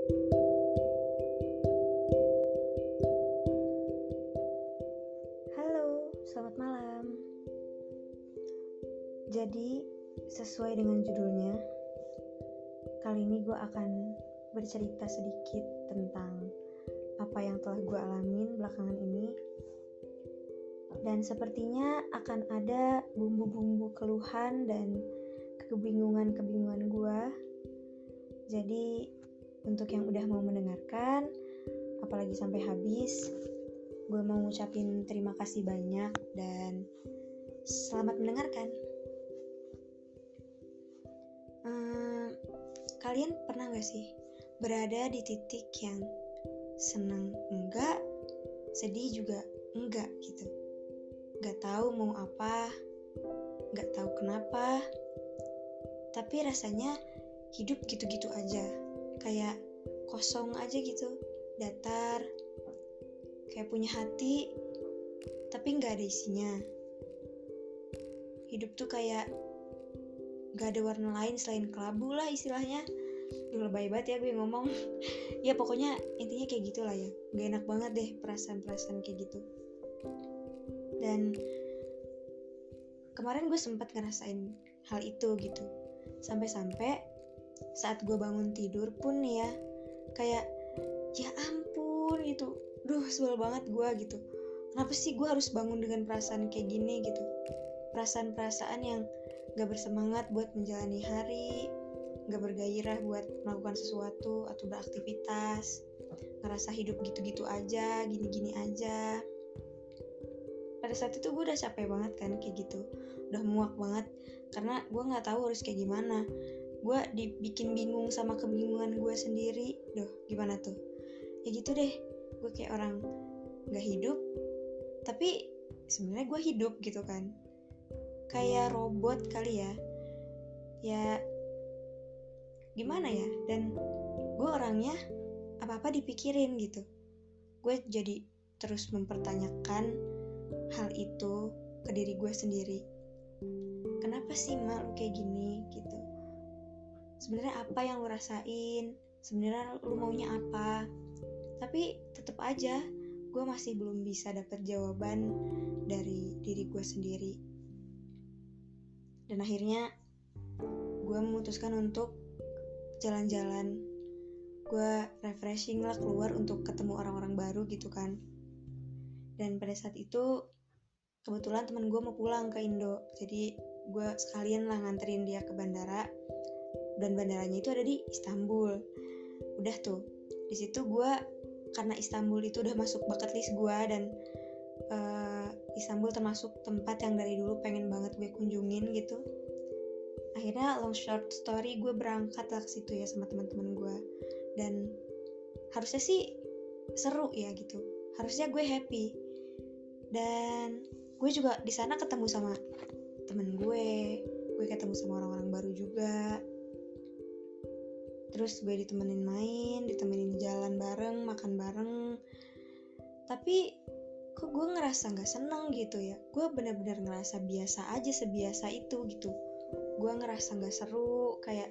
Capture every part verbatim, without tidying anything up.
Halo, selamat malam. Jadi, sesuai dengan judulnya, kali ini gue akan bercerita sedikit tentang apa yang telah gue alamin belakangan ini. Dan sepertinya akan ada bumbu-bumbu keluhan dan kebingungan-kebingungan gue. Jadi, untuk yang udah mau mendengarkan, apalagi sampai habis, gue mau ngucapin terima kasih banyak dan selamat mendengarkan. Hmm, kalian pernah gak sih berada di titik yang senang enggak, sedih juga enggak gitu? Gak tahu mau apa, gak tahu kenapa, tapi rasanya hidup gitu-gitu aja, kayak kosong aja gitu, datar, kayak punya hati tapi gak ada isinya. Hidup tuh kayak gak ada warna lain selain kelabu lah istilahnya. Duh, lebay banget ya gue ngomong. Ya pokoknya intinya kayak gitulah ya. Gak enak banget deh perasaan-perasaan kayak gitu. Dan kemarin gue sempat ngerasain hal itu gitu. Sampai-sampai saat gue bangun tidur pun nih ya, kayak ya ampun gitu. Duh, sebel banget gue gitu. Kenapa sih gue harus bangun dengan perasaan kayak gini gitu? Perasaan-perasaan yang gak bersemangat buat menjalani hari, gak bergairah buat melakukan sesuatu atau beraktivitas, ngerasa hidup gitu-gitu aja, gini-gini aja. Pada saat itu gue udah capek banget kan kayak gitu, udah muak banget karena gue gak tahu harus kayak gimana. Gue dibikin bingung sama kebingungan gue sendiri. Duh, gimana tuh? Ya gitu deh, gue kayak orang gak hidup, tapi sebenarnya gue hidup gitu kan. Kayak robot kali ya. Ya gimana ya? Dan gue orangnya apa-apa dipikirin gitu. Gue jadi terus mempertanyakan hal itu ke diri gue sendiri. Kenapa sih mak lu kayak gini gitu? Sebenarnya apa yang lu rasain? Sebenarnya lu maunya apa? Tapi tetap aja gue masih belum bisa dapet jawaban dari diri gue sendiri. Dan akhirnya gue memutuskan untuk jalan-jalan. Gue refreshing lah, keluar untuk ketemu orang-orang baru gitu kan. Dan pada saat itu kebetulan teman gue mau pulang ke Indo, jadi gue sekalian lah nganterin dia ke bandara. Dan bandaranya itu ada di Istanbul. Udah tuh, di situ gue, karena Istanbul itu udah masuk bucket list gue, dan uh, Istanbul termasuk tempat yang dari dulu pengen banget gue kunjungin gitu. Akhirnya long short story, gue berangkat lah ke situ ya sama teman-teman gue. Dan harusnya sih seru ya gitu, harusnya gue happy. Dan gue juga di sana ketemu sama temen gue, gue ketemu sama orang-orang baru juga. Terus gue ditemenin main, ditemenin jalan bareng, makan bareng. Tapi kok gue ngerasa gak seneng gitu ya. Gue benar-benar ngerasa biasa aja, sebiasa itu gitu. Gue ngerasa gak seru, kayak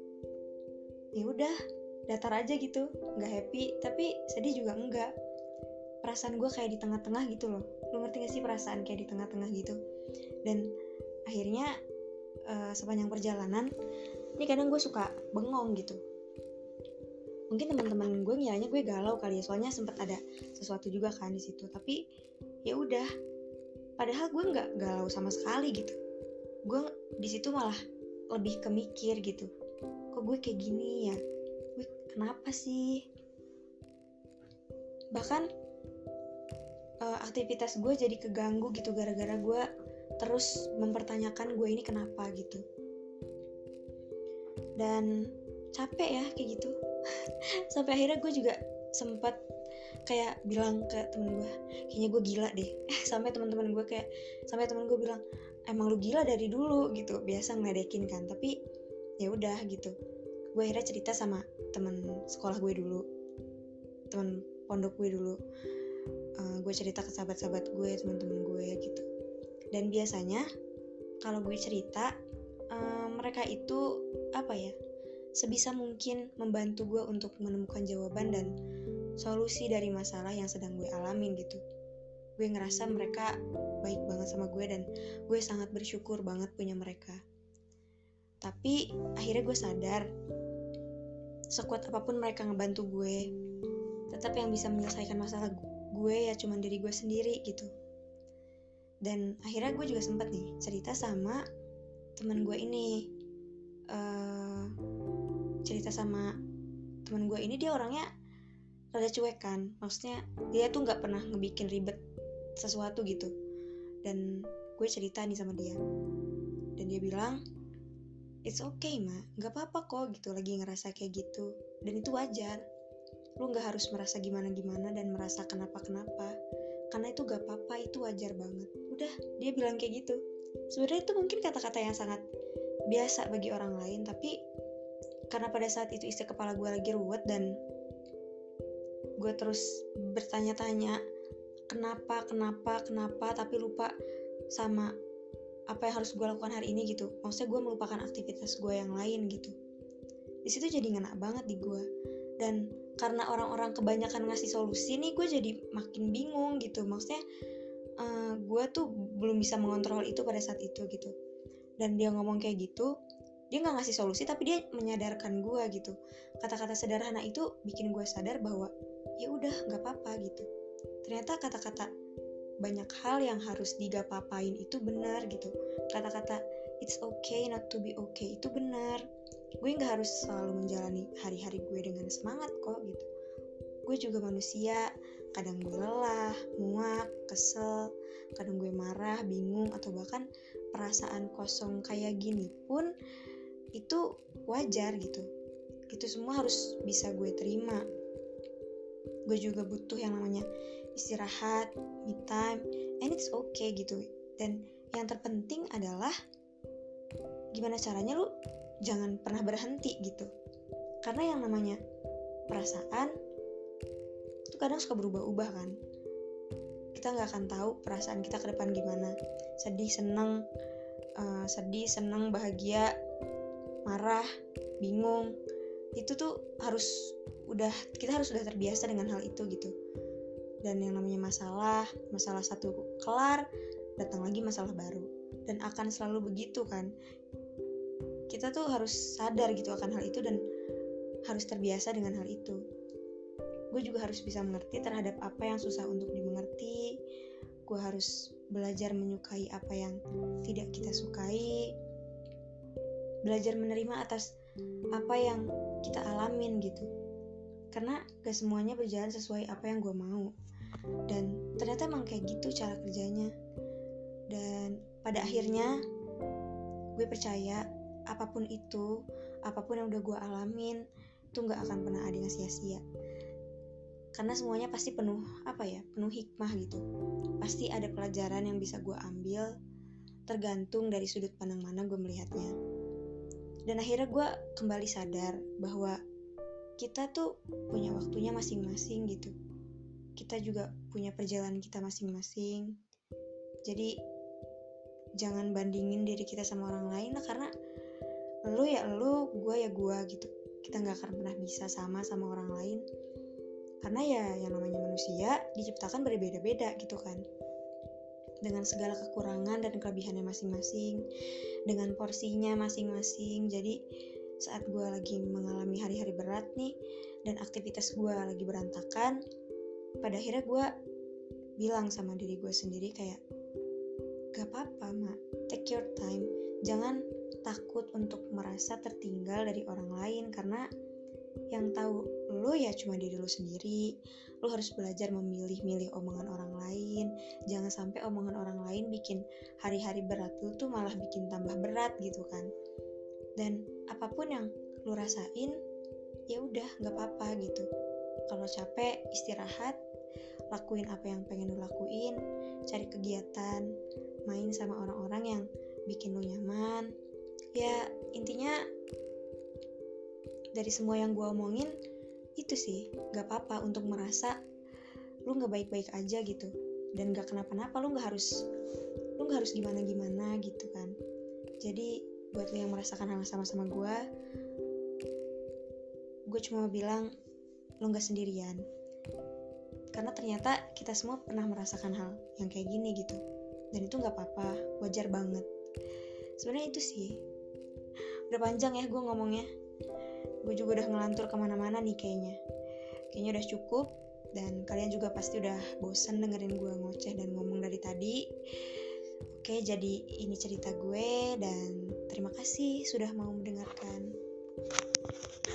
ya udah datar aja gitu, gak happy tapi sedih juga enggak. Perasaan gue kayak di tengah-tengah gitu loh. Lu ngerti gak sih perasaan kayak di tengah-tengah gitu? Dan akhirnya uh, sepanjang perjalanan ini kadang gue suka bengong gitu. Mungkin teman-teman gue ngiranya gue galau kali ya, soalnya sempat ada sesuatu juga kan di situ. Tapi ya udah, padahal gue nggak galau sama sekali gitu. Gue di situ malah lebih kemikir gitu. Kok gue kayak gini ya? Gue kenapa sih? Bahkan uh, aktivitas gue jadi keganggu gitu gara-gara gue terus mempertanyakan gue ini kenapa gitu. Dan capek ya kayak gitu. Sampai akhirnya gue juga sempat kayak bilang ke temen gue, kayaknya gue gila deh. Sampai teman-teman gue kayak, sampai temen gue bilang, emang lu gila dari dulu gitu. Biasa ngeledekin kan, tapi ya udah gitu. Gue akhirnya cerita sama teman sekolah gue dulu, teman pondok gue dulu. Uh, gue cerita ke sahabat-sahabat gue, teman-teman gue gitu. Dan biasanya kalau gue cerita, uh, mereka itu apa ya, sebisa mungkin membantu gue untuk menemukan jawaban dan solusi dari masalah yang sedang gue alamin gitu. Gue ngerasa mereka baik banget sama gue dan gue sangat bersyukur banget punya mereka. Tapi akhirnya gue sadar, sekuat apapun mereka ngebantu gue, tetap yang bisa menyelesaikan masalah gue ya cuma diri gue sendiri gitu. Dan akhirnya gue juga sempet nih cerita sama teman gue ini. Uh, cerita sama teman gue ini, dia orangnya rada cuek kan. Maksudnya dia tuh gak pernah ngebikin ribet sesuatu gitu. Dan gue cerita nih sama dia. Dan dia bilang, it's okay ma, gak apa-apa kok gitu lagi ngerasa kayak gitu. Dan itu wajar. Lu gak harus merasa gimana-gimana dan merasa kenapa-kenapa. Karena itu gak apa-apa, itu wajar banget. Udah, dia bilang kayak gitu. Sebenarnya itu mungkin kata-kata yang sangat biasa bagi orang lain, tapi karena pada saat itu isi kepala gue lagi ruwet dan gue terus bertanya-tanya kenapa, kenapa, kenapa, tapi lupa sama apa yang harus gue lakukan hari ini gitu. Maksudnya gue melupakan aktivitas gue yang lain gitu. Di situ jadi ngena banget di gue. Dan karena orang-orang kebanyakan ngasih solusi nih, gue jadi makin bingung gitu. Maksudnya uh, gue tuh belum bisa mengontrol itu pada saat itu gitu. Dan dia ngomong kayak gitu, dia nggak ngasih solusi tapi dia menyadarkan gue gitu. Kata-kata sederhana itu bikin gue sadar bahwa ya udah nggak apa-apa gitu. Ternyata kata-kata banyak hal yang harus digapapain itu benar gitu. Kata-kata it's okay not to be okay itu benar. Gue nggak harus selalu menjalani hari-hari gue dengan semangat kok gitu. Gue juga manusia, kadang gue lelah, muak, kesel, kadang gue marah, bingung, atau bahkan perasaan kosong kayak gini pun itu wajar gitu. Itu semua harus bisa gue terima. Gue juga butuh yang namanya istirahat, me time, and it's okay gitu. Dan yang terpenting adalah gimana caranya lu jangan pernah berhenti gitu. Karena yang namanya perasaan itu kadang suka berubah-ubah kan. Kita gak akan tahu perasaan kita ke depan gimana. Sedih, seneng, uh, sedih, seneng, bahagia, marah, bingung. Itu tuh harus udah, kita harus udah terbiasa dengan hal itu gitu. Dan yang namanya masalah, masalah satu kelar, datang lagi masalah baru. Dan akan selalu begitu kan. Kita tuh harus sadar gitu akan hal itu dan harus terbiasa dengan hal itu. Gue juga harus bisa mengerti terhadap apa yang susah untuk dimengerti. Gue harus belajar menyukai apa yang tidak kita sukai. Belajar menerima atas apa yang kita alamin gitu. Karena gak semuanya berjalan sesuai apa yang gue mau. Dan ternyata emang kayak gitu cara kerjanya. Dan pada akhirnya gue percaya apapun itu, apapun yang udah gue alamin, itu gak akan pernah ada yang sia-sia. Karena semuanya pasti penuh, apa ya, penuh hikmah gitu. Pasti ada pelajaran yang bisa gue ambil, tergantung dari sudut pandang mana gue melihatnya. Dan akhirnya gue kembali sadar bahwa kita tuh punya waktunya masing-masing gitu. Kita juga punya perjalanan kita masing-masing. Jadi jangan bandingin diri kita sama orang lain lah, karena lu ya lu, gue ya gue gitu. Kita gak akan pernah bisa sama sama orang lain. Karena ya yang namanya manusia diciptakan berbeda-beda gitu kan. Dengan segala kekurangan dan kelebihannya masing-masing, dengan porsinya masing-masing. Jadi saat gue lagi mengalami hari-hari berat nih, dan aktivitas gue lagi berantakan, pada akhirnya gue bilang sama diri gue sendiri kayak, gak apa-apa mak, take your time. Jangan takut untuk merasa tertinggal dari orang lain, karena yang tahu lo ya cuma diri lo sendiri. Lo harus belajar memilih-milih omongan orang lain. Jangan sampai omongan orang lain bikin hari-hari berat lo tuh malah bikin tambah berat gitu kan. Dan apapun yang lo rasain, ya udah gak apa-apa gitu. Kalau capek, istirahat, lakuin apa yang pengen lo lakuin, cari kegiatan, main sama orang-orang yang bikin lo nyaman. Ya intinya dari semua yang gue omongin itu sih, gak apa-apa untuk merasa lu gak baik-baik aja gitu, dan gak kenapa-napa. Lu gak harus lu gak harus gimana-gimana gitu kan. Jadi buat lu yang merasakan hal sama-sama gue, gue cuma bilang lo gak sendirian, karena ternyata kita semua pernah merasakan hal yang kayak gini gitu, dan itu gak apa-apa, wajar banget. Sebenarnya itu sih. Udah panjang ya gue ngomongnya, gue juga udah ngelantur kemana-mana nih kayaknya kayaknya udah cukup, dan kalian juga pasti udah bosan dengerin gue ngoceh dan ngomong dari tadi. Oke, jadi ini cerita gue, dan terima kasih sudah mau mendengarkan.